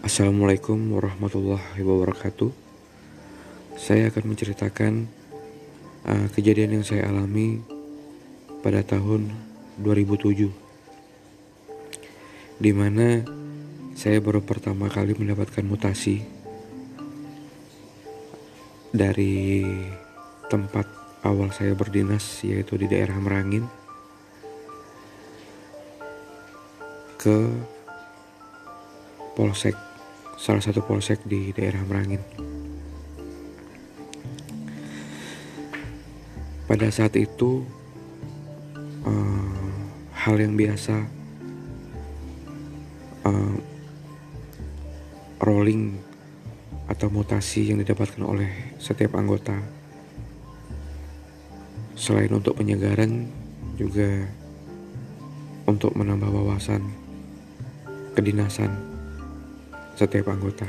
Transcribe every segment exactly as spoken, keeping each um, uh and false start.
Assalamualaikum warahmatullahi wabarakatuh. Saya akan menceritakan uh, kejadian yang saya alami pada tahun dua ribu tujuh, di mana saya baru pertama kali mendapatkan mutasi dari tempat awal saya berdinas, yaitu di daerah Merangin, ke polsek, salah satu polsek di daerah Merangin. Pada saat itu uh, hal yang biasa, uh, rolling atau mutasi yang didapatkan oleh setiap anggota. Selain untuk penyegaran, juga untuk menambah wawasan kedinasan setiap anggota.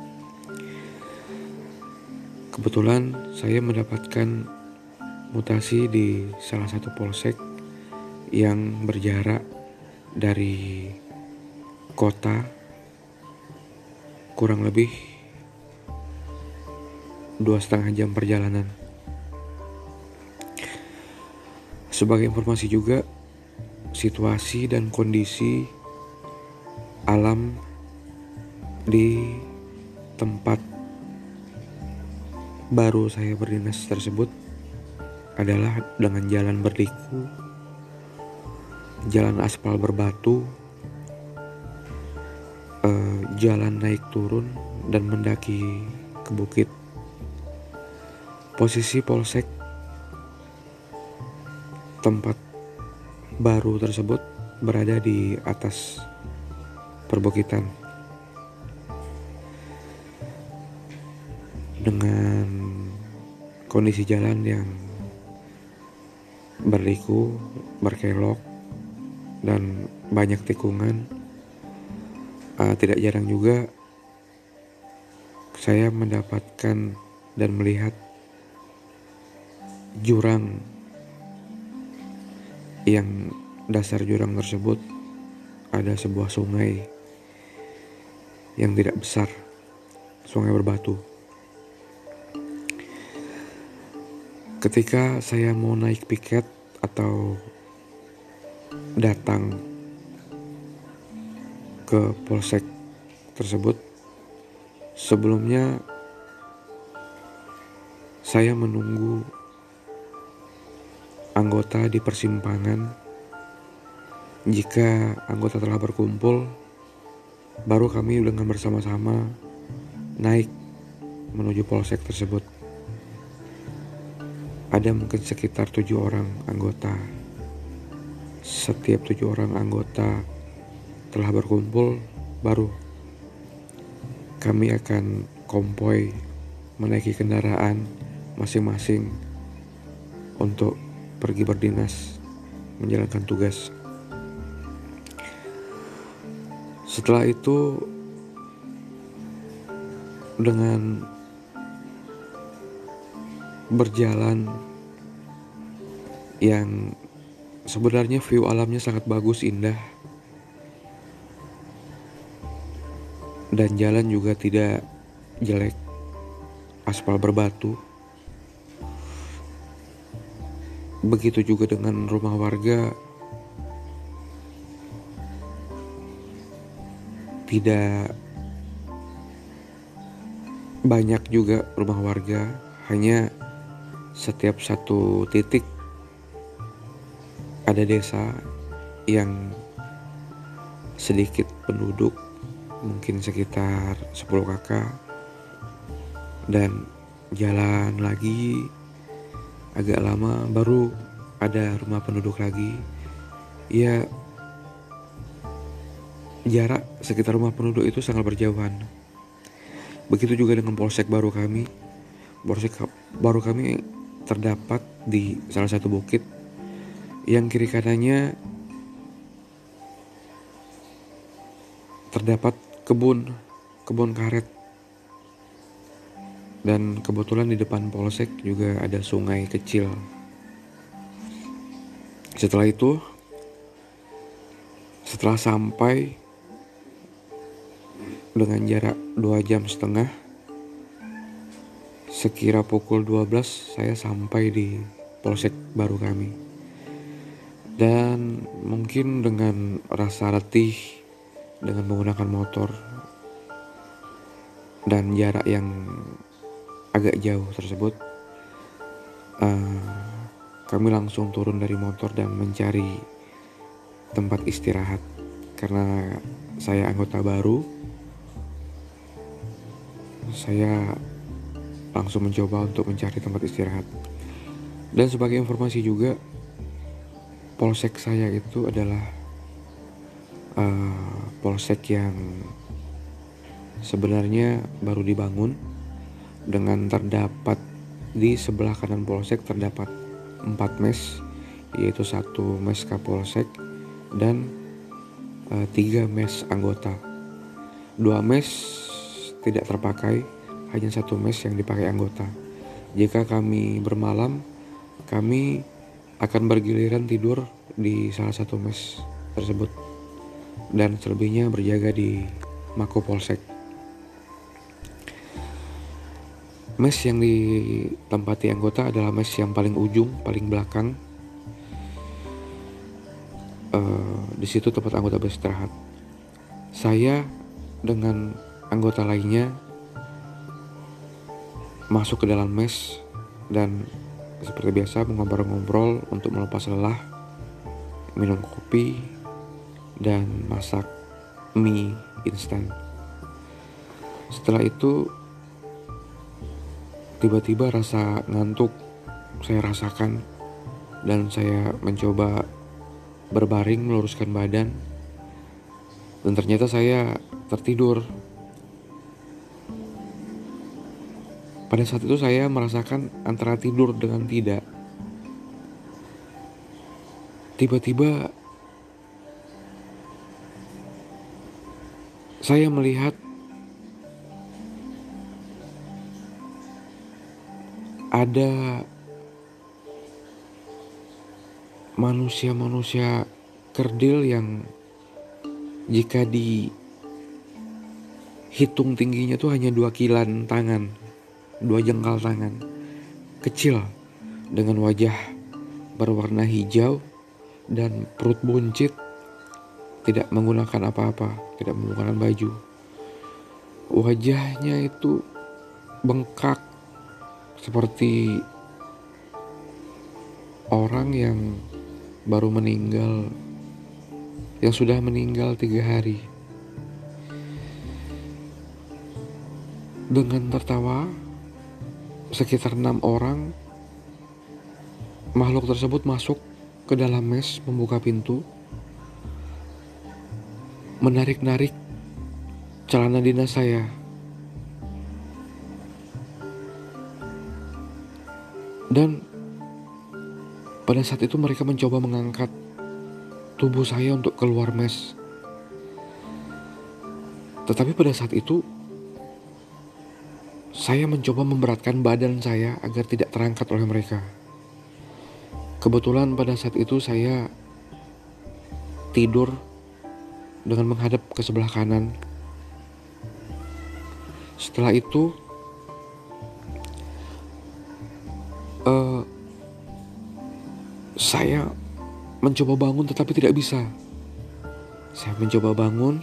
Kebetulan saya mendapatkan mutasi di salah satu polsek yang berjarak dari kota kurang lebih dua setengah jam perjalanan. Sebagai informasi juga, situasi dan kondisi alam di tempat baru saya berdinas tersebut adalah dengan jalan berliku, jalan aspal berbatu, eh, jalan naik turun dan mendaki ke bukit. Posisi polsek tempat baru tersebut berada di atas perbukitan, dengan kondisi jalan yang berliku, berkelok, dan banyak tikungan. Uh, tidak jarang juga saya mendapatkan dan melihat jurang, yang dasar jurang tersebut ada sebuah sungai yang tidak besar, sungai berbatu. Ketika saya mau naik piket atau datang ke polsek tersebut, sebelumnya saya menunggu anggota di persimpangan. Jika anggota telah berkumpul, baru kami dengan bersama-sama naik menuju polsek tersebut. Ada mungkin sekitar tujuh orang anggota. Setiap tujuh orang anggota telah berkumpul, baru kami akan konvoy menaiki kendaraan masing-masing untuk pergi berdinas menjalankan tugas. Setelah itu, dengan berjalan yang sebenarnya view alamnya sangat bagus, indah, dan jalan juga tidak jelek, aspal berbatu. Begitu juga dengan rumah warga, tidak banyak juga rumah warga, hanya setiap satu titik ada desa yang sedikit penduduk, mungkin sekitar sepuluh kakak, dan jalan lagi agak lama baru ada rumah penduduk lagi. Ya, jarak sekitar rumah penduduk itu sangat berjauhan. Begitu juga dengan polsek baru kami. Polsek baru kami terdapat di salah satu bukit yang kiri kanannya terdapat kebun, kebun karet. Dan kebetulan di depan polsek juga ada sungai kecil. Setelah itu, setelah sampai dengan jarak dua jam setengah. Sekira pukul dua belas saya sampai di polsek baru kami. Dan mungkin dengan rasa letih dengan menggunakan motor dan jarak yang agak jauh tersebut, uh, kami langsung turun dari motor dan mencari tempat istirahat. Karena saya anggota baru, saya langsung mencoba untuk mencari tempat istirahat. Dan sebagai informasi juga, polsek saya itu adalah uh, polsek yang sebenarnya baru dibangun, dengan terdapat di sebelah kanan polsek terdapat empat mes, yaitu satu mes kapolsek dan uh, tiga mes anggota. Dua mes tidak terpakai, hanya satu mes yang dipakai anggota. Jika kami bermalam, kami akan bergiliran tidur di salah satu mes tersebut, dan selebihnya berjaga di Mako Polsek. Mes yang ditempati anggota adalah mes yang paling ujung, paling belakang. Uh, di situ tempat anggota beristirahat. Saya dengan anggota lainnya masuk ke dalam mes dan seperti biasa mengobrol-ngobrol untuk melepas lelah, minum kopi dan masak mie instan. Setelah itu tiba-tiba rasa ngantuk saya rasakan dan saya mencoba berbaring meluruskan badan, dan ternyata saya tertidur. Pada saat itu saya merasakan antara tidur dengan tidak. Tiba-tiba saya melihat ada manusia-manusia kerdil yang jika dihitung tingginya tuh hanya dua kilan tangan. Dua jengkal tangan, kecil, dengan wajah berwarna hijau dan perut buncit, tidak menggunakan apa-apa, tidak menggunakan baju. Wajahnya itu bengkak seperti orang yang baru meninggal, yang sudah meninggal tiga hari. Dengan tertawa, sekitar enam orang makhluk tersebut masuk ke dalam mes, membuka pintu, menarik-narik celana dinas saya. Dan pada saat itu mereka mencoba mengangkat tubuh saya untuk keluar mes. Tetapi pada saat itu saya mencoba memberatkan badan saya agar tidak terangkat oleh mereka. Kebetulan pada saat itu saya tidur dengan menghadap ke sebelah kanan. Setelah itu uh, saya mencoba bangun tetapi tidak bisa. Saya mencoba bangun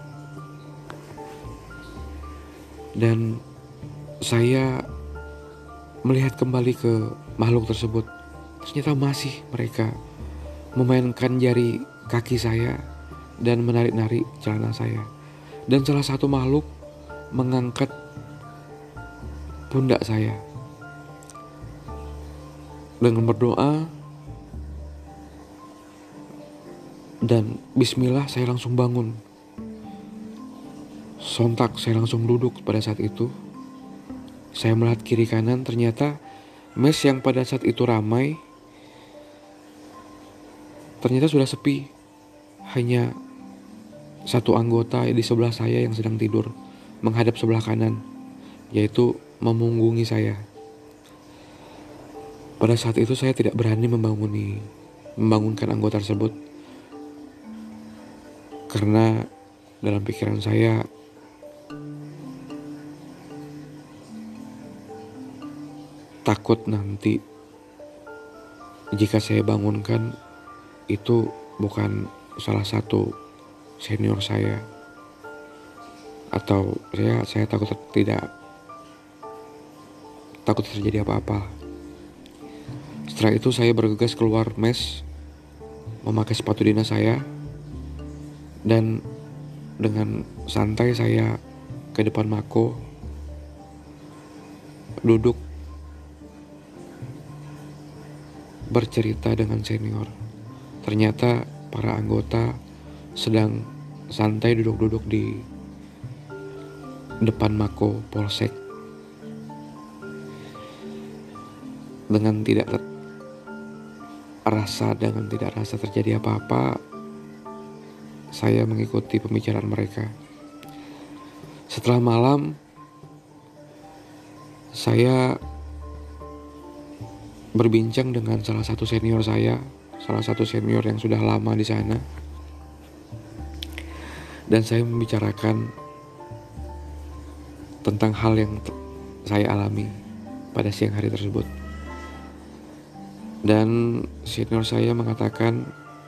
dan saya melihat kembali ke makhluk tersebut. Ternyata masih mereka memainkan jari kaki saya dan menarik-narik celana saya. Dan salah satu makhluk mengangkat pundak saya. Dengan berdoa dan bismillah saya langsung bangun. Sontak saya langsung duduk pada saat itu. Saya melihat kiri kanan, ternyata mes yang pada saat itu ramai ternyata sudah sepi. Hanya satu anggota di sebelah saya yang sedang tidur menghadap sebelah kanan, yaitu memunggungi saya. Pada saat itu saya tidak berani membanguni, membangunkan anggota tersebut, karena dalam pikiran saya takut nanti jika saya bangunkan itu bukan salah satu senior saya, atau saya saya takut ter- tidak takut terjadi apa-apa. Setelah itu saya bergegas keluar mes, memakai sepatu dinas saya, dan dengan santai saya ke depan Mako, duduk bercerita dengan senior. Ternyata para anggota sedang santai duduk-duduk di depan Mako Polsek. Dengan tidak ter- rasa dengan tidak rasa terjadi apa-apa, saya mengikuti pembicaraan mereka. Setelah malam, saya berbincang dengan salah satu senior saya, salah satu senior yang sudah lama di sana, dan saya membicarakan tentang hal yang t- saya alami pada siang hari tersebut. Dan senior saya mengatakan,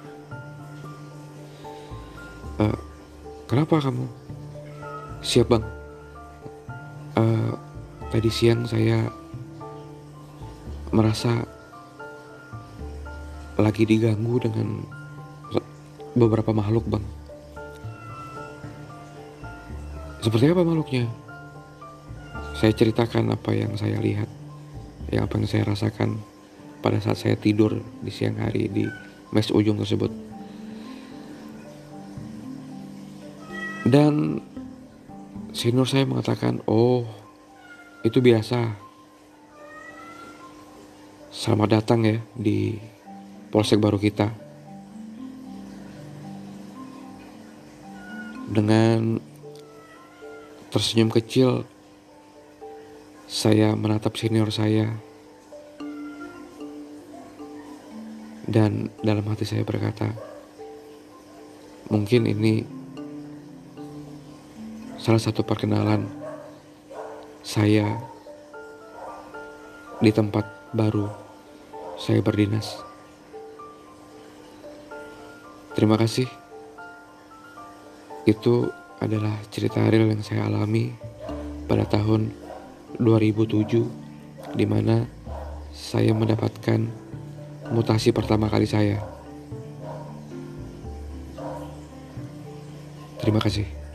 e, kenapa kamu? Siap bang, e, tadi siang saya merasa lagi diganggu dengan beberapa makhluk bang. Seperti apa makhluknya? Saya ceritakan apa yang saya lihat, yang apa yang saya rasakan pada saat saya tidur di siang hari di mes ujung tersebut. Dan senior saya mengatakan, oh itu biasa. Selamat datang ya di Polsek baru kita. Dengan tersenyum kecil, saya menatap senior saya, dan dalam hati saya berkata, mungkin ini salah satu perkenalan saya di tempat baru saya berdinas. Terima kasih. Itu adalah cerita real yang saya alami pada tahun dua ribu tujuh, di mana saya mendapatkan mutasi pertama kali saya. Terima kasih.